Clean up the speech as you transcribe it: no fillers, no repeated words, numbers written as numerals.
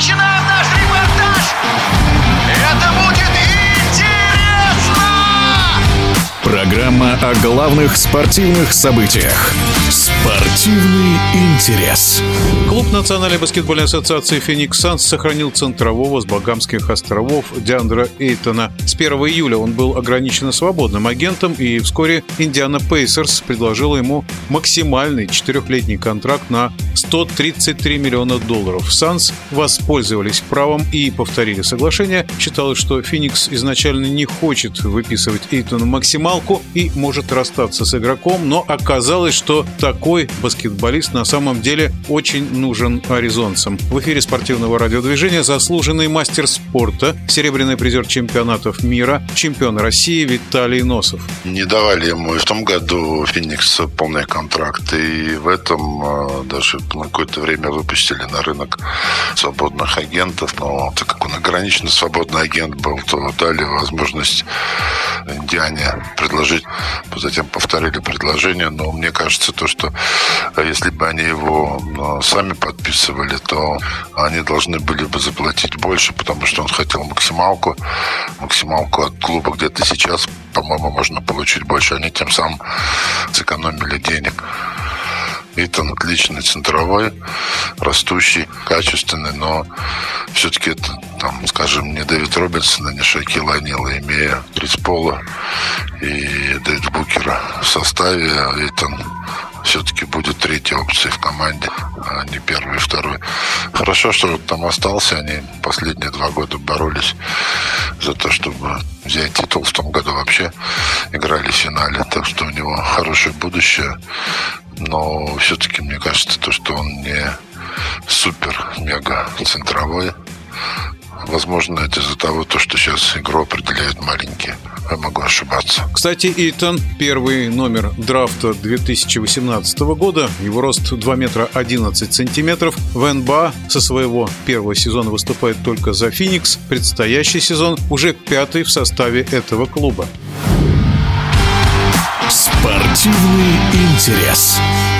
начинаем наш репортаж. Это будет интересно! Программа о главных спортивных событиях. Спортивный интерес. Клуб Национальной баскетбольной ассоциации «Феникс Санс» сохранил центрового с Багамских островов Деандре Эйтона. С 1 июля он был ограниченно свободным агентом, и вскоре Индиана Пейсерс предложила ему максимальный 4-летний контракт на $133 миллиона. Санс воспользовались правом и повторили соглашение. Считалось, что «Феникс» изначально не хочет выписывать Эйтону максималку и может расстаться с игроком, но оказалось, что такой баскетболист на самом деле очень нужен аризонцам. В эфире спортивного радиодвижения заслуженный мастер спорта, серебряный призер чемпионатов мира, чемпион России Виталий Носов. Не давали ему и в том году «Феникс» полный контракт, и в этом даже на какое-то время выпустили на рынок свободных агентов. Но так как он ограниченно свободный агент был, то дали возможность Индиане предложить, затем повторили предложение. Но мне кажется, что если бы они его сами подписывали, то они должны были бы заплатить больше, потому что он хотел максималку от клуба где-то сейчас, по-моему, можно получить больше. Они тем самым сэкономили денег. Эйтон отличный центровой, растущий, качественный, но все-таки это, скажем, не Дэвид Робинсон, не Шакил О'Нил, имея Крис Пола и Дэвид Букера в составе, Эйтон все-таки будет третьей опцией в команде, а не первой и второй. Хорошо, что там остался. Они последние 2 года боролись за то, чтобы взять титул. В том году вообще играли в финале. Так что у него хорошее будущее. Но все-таки мне кажется, что он не супер-мега центровой. Возможно, это из-за того, что сейчас игру определяют маленькие. Я могу ошибаться. Кстати, Эйтон – первый номер драфта 2018 года. Его рост 2 метра 11 сантиметров. В НБА со своего первого сезона выступает только за «Феникс». Предстоящий сезон уже 5-й в составе этого клуба. Спортивный интерес.